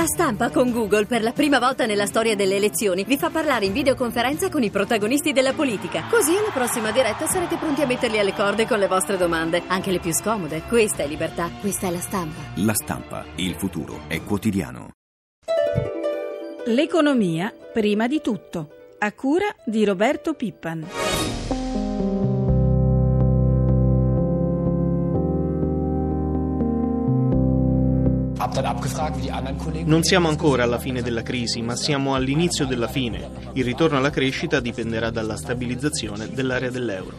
Stampa con Google, per la prima volta nella storia delle elezioni, vi fa parlare in videoconferenza con i protagonisti della politica. Così alla prossima diretta sarete pronti a metterli alle corde con le vostre domande, anche le più scomode. Questa è libertà, questa è La Stampa. La Stampa, il futuro è quotidiano. L'economia prima di tutto, a cura di Roberto Pippan. Non siamo ancora alla fine della crisi, ma siamo all'inizio della fine. Il ritorno alla crescita dipenderà dalla stabilizzazione dell'area dell'euro.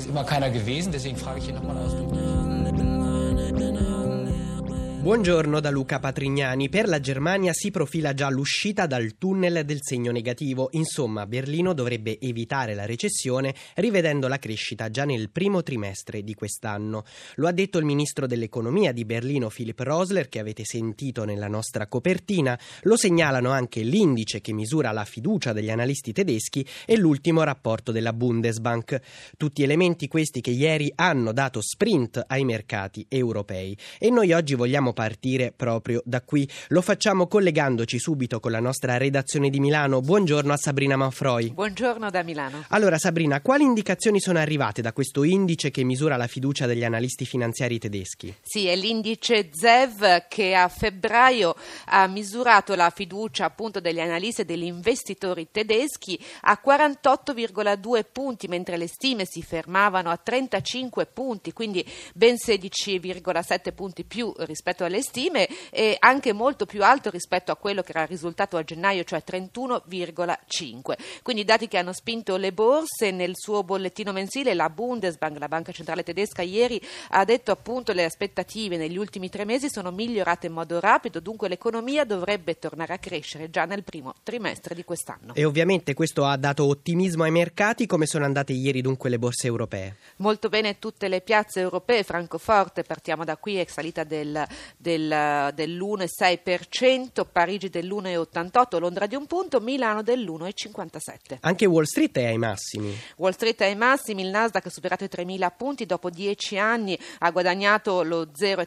Buongiorno da Luca Patrignani. Per la Germania si profila già l'uscita dal tunnel del segno negativo. Insomma, Berlino dovrebbe evitare la recessione rivedendo la crescita già nel primo trimestre di quest'anno. Lo ha detto il ministro dell'economia di Berlino, Philipp Rosler, che avete sentito nella nostra copertina. Lo segnalano anche l'indice che misura la fiducia degli analisti tedeschi e l'ultimo rapporto della Bundesbank. Tutti elementi questi che ieri hanno dato sprint ai mercati europei. E noi oggi vogliamo partire proprio da qui. Lo facciamo collegandoci subito con la nostra redazione di Milano. Buongiorno a Sabrina Manfroi. Buongiorno da Milano. Allora Sabrina, quali indicazioni sono arrivate da questo indice che misura la fiducia degli analisti finanziari tedeschi? Sì, è l'indice ZEV che a febbraio ha misurato la fiducia appunto degli analisti e degli investitori tedeschi a 48,2 punti, mentre le stime si fermavano a 35 punti, quindi ben 16,7 punti più rispetto alle stime e anche molto più alto rispetto a quello che era il risultato a gennaio, cioè 31,5. Quindi dati che hanno spinto le borse. Nel suo bollettino mensile la Bundesbank, la banca centrale tedesca, ieri ha detto appunto le aspettative negli ultimi 3 mesi sono migliorate in modo rapido, dunque l'economia dovrebbe tornare a crescere già nel primo trimestre di quest'anno. E ovviamente questo ha dato ottimismo ai mercati. Come sono andate ieri dunque le borse europee? Molto bene tutte le piazze europee. Francoforte, partiamo da qui, è salita dell'1,6%, Parigi dell'1,88%, Londra di 1 punto, Milano dell'1,57%. Anche Wall Street è ai massimi. Wall Street è ai massimi, il Nasdaq ha superato i 3.000 punti, dopo 10 anni ha guadagnato lo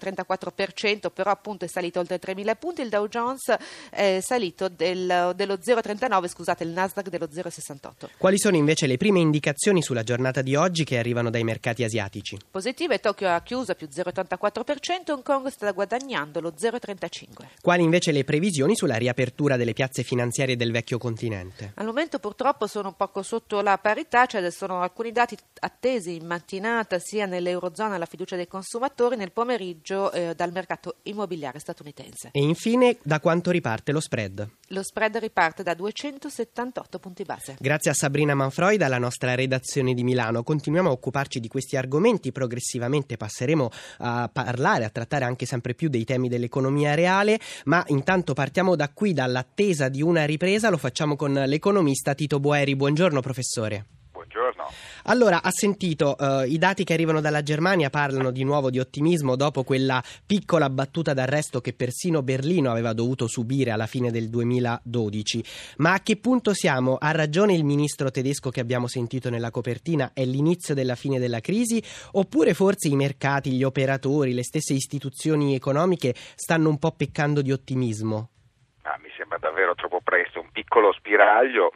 0,34%, però appunto è salito oltre i 3.000 punti, il Dow Jones è salito dello 0,39%, scusate, il Nasdaq dello 0,68%. Quali sono invece le prime indicazioni sulla giornata di oggi che arrivano dai mercati asiatici? Positive, Tokyo ha chiuso più 0,84%, Hong Kong sta guadagnando lo 0,35%. Quali invece le previsioni sulla riapertura delle piazze finanziarie del vecchio continente? Al momento purtroppo sono poco sotto la parità, cioè sono alcuni dati attesi in mattinata sia nell'Eurozona la fiducia dei consumatori, nel pomeriggio dal mercato immobiliare statunitense. E infine, da quanto riparte lo spread? Lo spread riparte da 278 punti base. Grazie a Sabrina Manfroi dalla nostra redazione di Milano. Continuiamo a occuparci di questi argomenti, progressivamente passeremo a parlare, a trattare anche sempre più dei temi dell'economia reale, ma intanto partiamo da qui, dall'attesa di una ripresa. Lo facciamo con l'economista Tito Boeri. Buongiorno professore. Buongiorno. Allora, ha sentito i dati che arrivano dalla Germania parlano di nuovo di ottimismo dopo quella piccola battuta d'arresto che persino Berlino aveva dovuto subire alla fine del 2012. Ma a che punto siamo? Ha ragione il ministro tedesco che abbiamo sentito nella copertina? È l'inizio della fine della crisi? Oppure forse i mercati, gli operatori, le stesse istituzioni economiche stanno un po' peccando di ottimismo? Mi sembra davvero troppo presto, un piccolo spiraglio.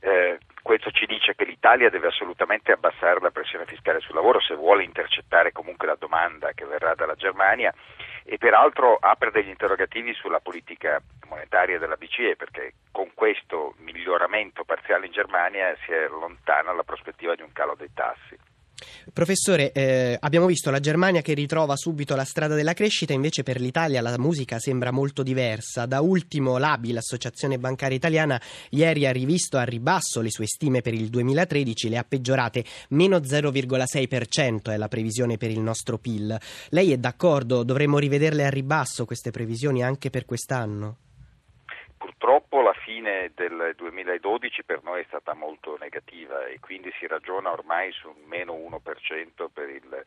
Questo ci dice che l'Italia deve assolutamente abbassare la pressione fiscale sul lavoro se vuole intercettare comunque la domanda che verrà dalla Germania, e peraltro apre degli interrogativi sulla politica monetaria della BCE, perché con questo miglioramento parziale in Germania si è lontana la prospettiva di un calo dei tassi. Professore, abbiamo visto la Germania che ritrova subito la strada della crescita, invece per l'Italia la musica sembra molto diversa. Da ultimo l'ABI, l'Associazione Bancaria Italiana, ieri ha rivisto a ribasso le sue stime per il 2013, le ha peggiorate, meno 0,6% è la previsione per il nostro PIL. Lei è d'accordo? Dovremmo rivederle a ribasso queste previsioni anche per quest'anno? purtroppo la fine del 2012 per noi è stata molto negativa e quindi si ragiona ormai su un meno 1% per il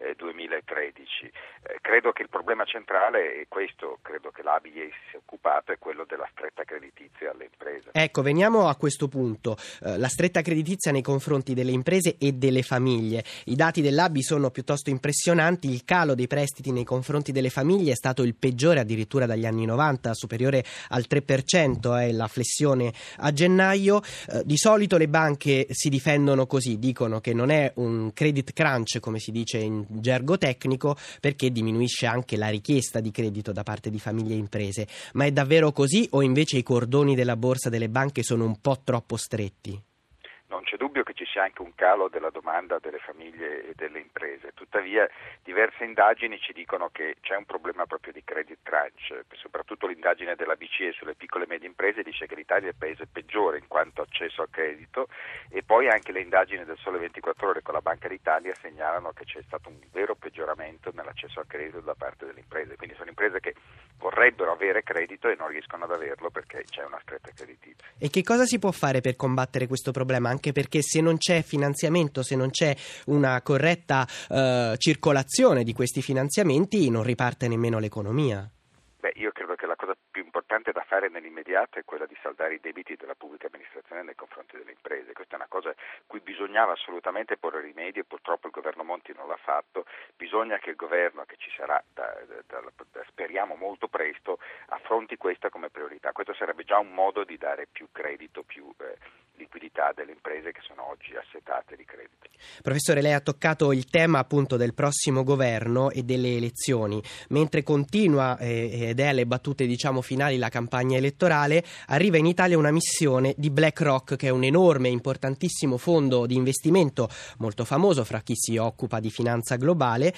2013. Credo che il problema centrale è questo, credo che l'ABI si sia occupato, è quello della stretta creditizia alle imprese. Ecco, veniamo a questo punto, la stretta creditizia nei confronti delle imprese e delle famiglie. I dati dell'ABI sono piuttosto impressionanti, il calo dei prestiti nei confronti delle famiglie è stato il peggiore addirittura dagli anni 90, superiore al 3% è la flessione a gennaio. Di solito le banche si difendono così, dicono che non è un credit crunch come si dice in gergo tecnico perché diminuisce anche la richiesta di credito da parte di famiglie e imprese. Ma è davvero così o invece i cordoni della borsa delle banche sono un po' troppo stretti? Non c'è dubbio che ci sia anche un calo della domanda delle famiglie e delle imprese, tuttavia diverse indagini ci dicono che c'è un problema proprio di credit crunch, soprattutto l'indagine della BCE sulle piccole e medie imprese dice che l'Italia è il paese peggiore in quanto accesso al credito e poi anche le indagini del Sole 24 Ore con la Banca d'Italia segnalano che c'è stato un vero peggioramento nell'accesso al credito da parte delle imprese, quindi sono imprese che vorrebbero avere credito e non riescono ad averlo perché c'è una stretta creditizia. E che cosa si può fare per combattere questo problema? Anche perché se non c'è finanziamento, se non c'è una corretta circolazione di questi finanziamenti, non riparte nemmeno l'economia. Io credo che la cosa più importante da fare nell'immediato è quella di saldare i debiti della pubblica amministrazione nei confronti delle imprese. Questa è una cosa a cui bisognava assolutamente porre rimedio e purtroppo il governo Monti non l'ha fatto. Bisogna che il governo che ci sarà, speriamo molto presto, affronti questa come priorità. Questo sarebbe già un modo di dare più credito, più liquidità delle imprese che sono oggi assetate di credito. Professore, lei ha toccato il tema appunto del prossimo governo e delle elezioni. Mentre continua ed è alle battute finali la campagna elettorale, arriva in Italia una missione di BlackRock, che è un enorme, importantissimo fondo di investimento molto famoso fra chi si occupa di finanza globale.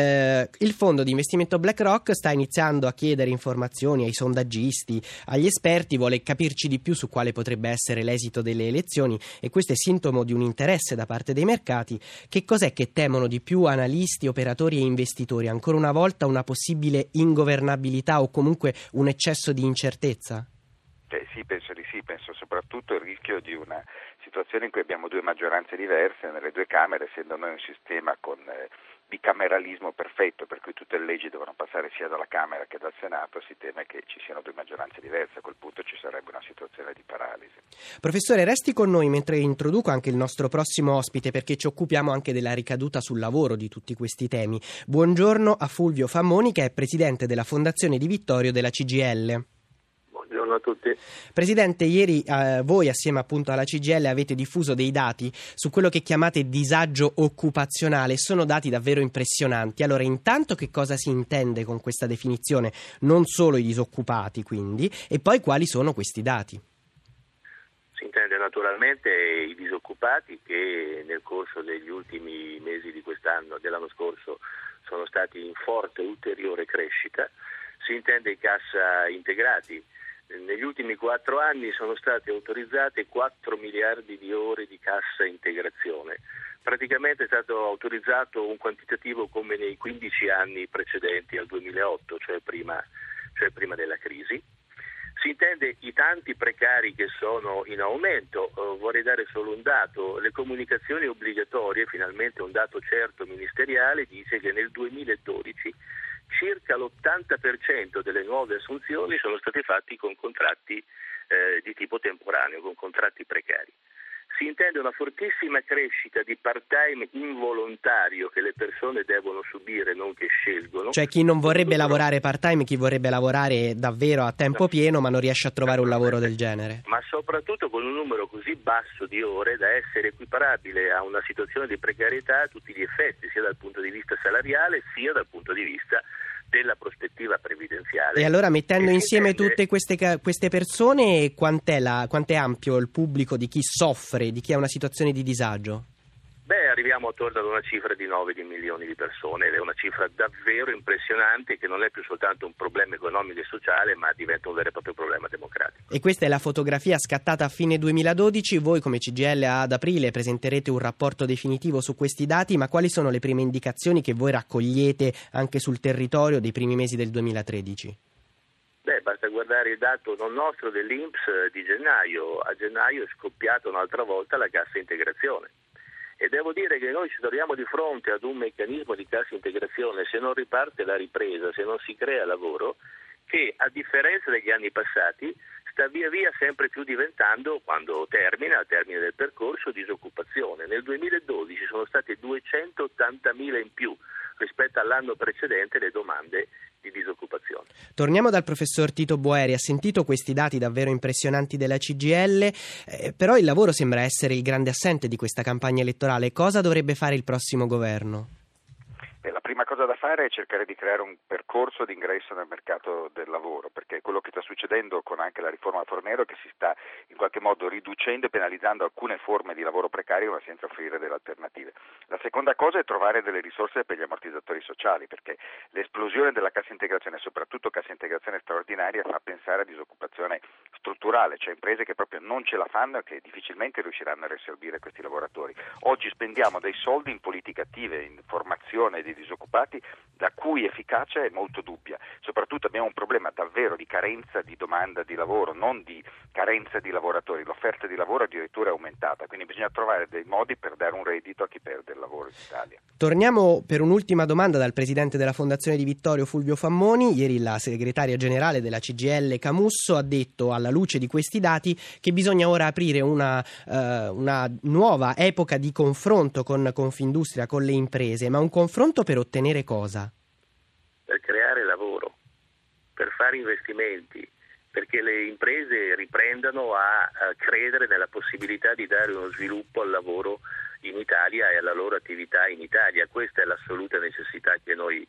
Il fondo di investimento BlackRock sta iniziando a chiedere informazioni ai sondaggisti, agli esperti, vuole capirci di più su quale potrebbe essere l'esito delle elezioni e questo è sintomo di un interesse da parte dei mercati. Che cos'è che temono di più analisti, operatori e investitori? Ancora una volta una possibile ingovernabilità o comunque un eccesso di incertezza? Sì, penso di sì, penso soprattutto il rischio di una situazione in cui abbiamo due maggioranze diverse nelle due Camere, essendo noi un sistema con bicameralismo perfetto, per cui tutte le leggi devono passare sia dalla Camera che dal Senato, si teme che ci siano due maggioranze diverse, a quel punto ci sarebbe una situazione di paralisi. Professore, resti con noi mentre introduco anche il nostro prossimo ospite perché ci occupiamo anche della ricaduta sul lavoro di tutti questi temi. Buongiorno a Fulvio Fammoni che è presidente della Fondazione Di Vittorio della CGIL. Buongiorno a tutti. Presidente, ieri voi assieme appunto alla CGIL avete diffuso dei dati su quello che chiamate disagio occupazionale, sono dati davvero impressionanti. Allora, intanto che cosa si intende con questa definizione? Non solo i disoccupati, quindi, e poi quali sono questi dati? Si intende naturalmente i disoccupati che nel corso degli ultimi mesi di quest'anno, dell'anno scorso, sono stati in forte ulteriore crescita. Si intende i cassa integrati. Negli ultimi 4 anni sono state autorizzate 4 miliardi di ore di cassa integrazione. Praticamente è stato autorizzato un quantitativo come nei 15 anni precedenti al 2008, cioè prima della crisi. Si intende i tanti precari che sono in aumento. Vorrei dare solo un dato: le comunicazioni obbligatorie, finalmente un dato certo ministeriale, dice che nel 2012 circa l'80% delle nuove assunzioni sono state fatte con contratti di tipo temporaneo, con contratti precari. Si intende una fortissima crescita di part-time involontario che le persone devono subire, non che scelgono. Cioè chi non vorrebbe lavorare part-time, chi vorrebbe lavorare davvero a tempo pieno ma non riesce a trovare un lavoro del genere. Ma soprattutto con un numero così basso di ore da essere equiparabile a una situazione di precarietà a tutti gli effetti, sia dal punto di vista salariale sia dal punto di vista della prospettiva previdenziale. E allora, mettendo insieme tutte queste persone, quant'è ampio il pubblico di chi soffre, di chi ha una situazione di disagio? Arriviamo attorno ad una cifra di 9 milioni di persone ed è una cifra davvero impressionante che non è più soltanto un problema economico e sociale, ma diventa un vero e proprio problema democratico. E questa è la fotografia scattata a fine 2012. Voi come CGIL ad aprile presenterete un rapporto definitivo su questi dati, ma quali sono le prime indicazioni che voi raccogliete anche sul territorio dei primi mesi del 2013? basta guardare il dato non nostro dell'INPS di gennaio. A gennaio è scoppiata un'altra volta la cassa integrazione. E devo dire che noi ci troviamo di fronte ad un meccanismo di cassa integrazione, se non riparte la ripresa, se non si crea lavoro, che a differenza degli anni passati sta via via sempre più diventando, quando termina, al termine del percorso, disoccupazione. Nel 2012 sono state 280.000 in più rispetto all'anno precedente le domande di disoccupazione. Torniamo dal professor Tito Boeri. Ha sentito questi dati davvero impressionanti della CGIL, però il lavoro sembra essere il grande assente di questa campagna elettorale. Cosa dovrebbe fare il prossimo governo? La prima cosa da fare è cercare di creare un percorso di ingresso nel mercato del lavoro, perché quello che sta succedendo con anche la riforma Fornero è che si sta in qualche modo riducendo e penalizzando alcune forme di lavoro precario ma senza offrire delle alternative. La seconda cosa è trovare delle risorse per gli ammortizzatori sociali, perché l'esplosione della cassa integrazione, soprattutto cassa integrazione straordinaria, fa pensare a disoccupazione strutturale, cioè imprese che proprio non ce la fanno e che difficilmente riusciranno a riassorbire questi lavoratori. Oggi spendiamo dei soldi in politiche attive, in formazione di disoccupati, la cui efficacia è molto dubbia. Soprattutto abbiamo un problema davvero di carenza di domanda di lavoro, non di carenza di lavoratori. L'offerta di lavoro addirittura è aumentata, quindi bisogna trovare dei modi per dare un reddito a chi perde il lavoro in Italia. Torniamo per un'ultima domanda dal presidente della Fondazione Di Vittorio, Fulvio Fammoni. Ieri la segretaria generale della CGIL Camusso ha detto, alla luce di questi dati, che bisogna ora aprire una nuova epoca di confronto con Confindustria, con le imprese, ma un confronto per ottenere cosa? Per creare lavoro, per fare investimenti, perché le imprese riprendano a credere nella possibilità di dare uno sviluppo al lavoro in Italia e alla loro attività in Italia. Questa è l'assoluta necessità che noi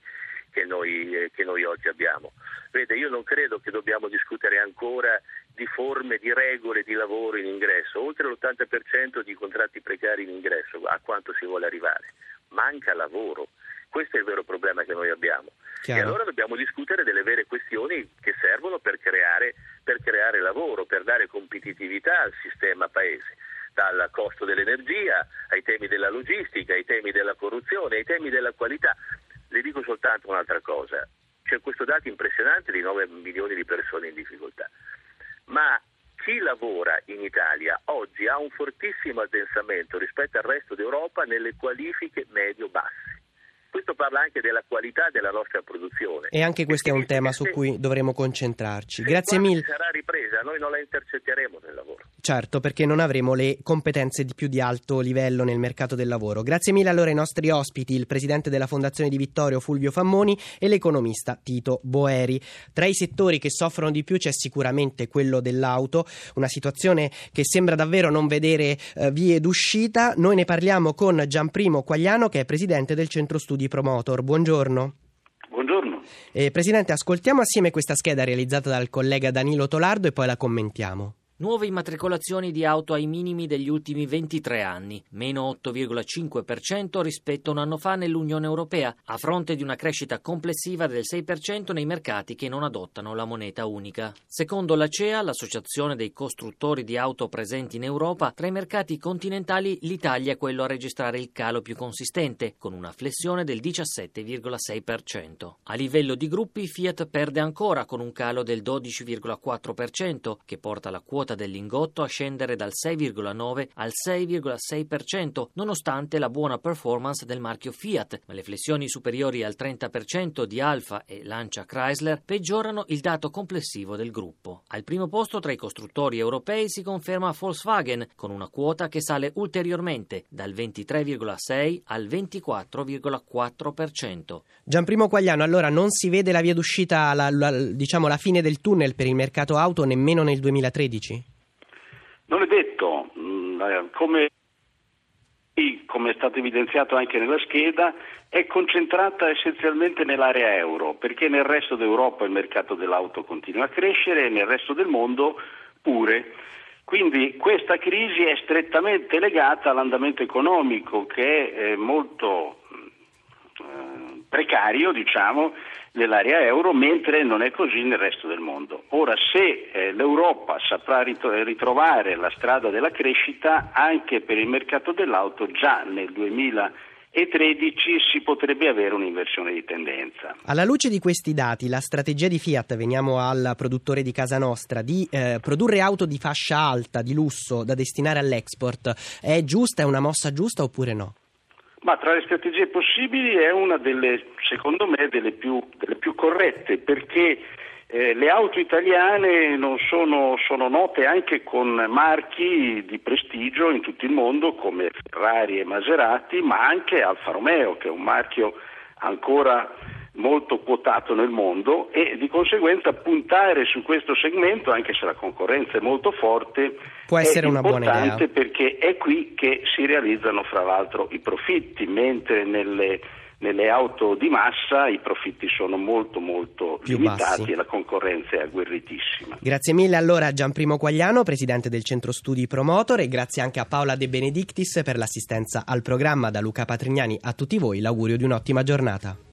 oggi abbiamo. Vede, io non credo che dobbiamo discutere ancora di forme, di regole di lavoro in ingresso. Oltre l'80% di contratti precari in ingresso, a quanto si vuole arrivare? Manca lavoro. Questo è il vero problema che noi abbiamo. Chiaro. E allora dobbiamo discutere delle vere questioni che servono per creare lavoro, per dare competitività al sistema paese, dal costo dell'energia ai temi della logistica, ai temi della corruzione, ai temi della qualità. Le dico soltanto un'altra cosa: c'è questo dato impressionante di 9 milioni di persone in difficoltà, ma chi lavora in Italia oggi ha un fortissimo addensamento rispetto al resto d'Europa nelle qualifiche medio-basse. Questo parla anche della qualità della nostra produzione. E anche questo è un tema su cui dovremo concentrarci. Grazie mille. Se sarà ripresa, noi non la intercetteremo nel lavoro. Certo, perché non avremo le competenze di più di alto livello nel mercato del lavoro. Grazie mille allora ai nostri ospiti, il presidente della Fondazione Di Vittorio Fulvio Fammoni e l'economista Tito Boeri. Tra i settori che soffrono di più c'è sicuramente quello dell'auto, una situazione che sembra davvero non vedere vie d'uscita. Noi ne parliamo con Gianprimo Quagliano, che è presidente del Centro Studi Promotor. Buongiorno. Buongiorno. Presidente, ascoltiamo assieme questa scheda realizzata dal collega Danilo Tolardo e poi la commentiamo. Nuove immatricolazioni di auto ai minimi degli ultimi 23 anni, meno 8,5% rispetto a un anno fa nell'Unione Europea, a fronte di una crescita complessiva del 6% nei mercati che non adottano la moneta unica. Secondo l'ACEA, l'associazione dei costruttori di auto presenti in Europa, tra i mercati continentali l'Italia è quello a registrare il calo più consistente, con una flessione del 17,6%. A livello di gruppi, Fiat perde ancora con un calo del 12,4%, che porta la quota del lingotto a scendere dal 6,9 al 6,6%, nonostante la buona performance del marchio Fiat, ma le flessioni superiori al 30% di Alfa e Lancia Chrysler peggiorano il dato complessivo del gruppo. Al primo posto tra i costruttori europei si conferma Volkswagen, con una quota che sale ulteriormente dal 23,6 al 24,4%. Gianprimo Quagliano, allora non si vede la via d'uscita, la fine del tunnel per il mercato auto nemmeno nel 2013? Non è detto, come è stato evidenziato anche nella scheda, è concentrata essenzialmente nell'area euro, perché nel resto d'Europa il mercato dell'auto continua a crescere e nel resto del mondo pure. Quindi questa crisi è strettamente legata all'andamento economico, che è molto precario, nell'area euro, mentre non è così nel resto del mondo. Ora, se l'Europa saprà ritrovare la strada della crescita, anche per il mercato dell'auto già nel 2013 e 13 si potrebbe avere un'inversione di tendenza. Alla luce di questi dati, la strategia di Fiat, veniamo al produttore di casa nostra, di produrre auto di fascia alta, di lusso, da destinare all'export, è giusta, è una mossa giusta oppure no? Ma tra le strategie possibili è una secondo me, delle più corrette, perché le auto italiane sono note anche con marchi di prestigio in tutto il mondo come Ferrari e Maserati, ma anche Alfa Romeo, che è un marchio ancora molto quotato nel mondo, e di conseguenza puntare su questo segmento, anche se la concorrenza è molto forte, può essere una buona idea. È importante perché è qui che si realizzano fra l'altro i profitti, mentre nelle auto di massa i profitti sono molto più limitati bassi e la concorrenza è agguerritissima. Grazie mille allora a Gianprimo Quagliano, presidente del Centro Studi Promotor, e grazie anche a Paola De Benedictis per l'assistenza al programma. Da Luca Patrignani a tutti voi l'augurio di un'ottima giornata.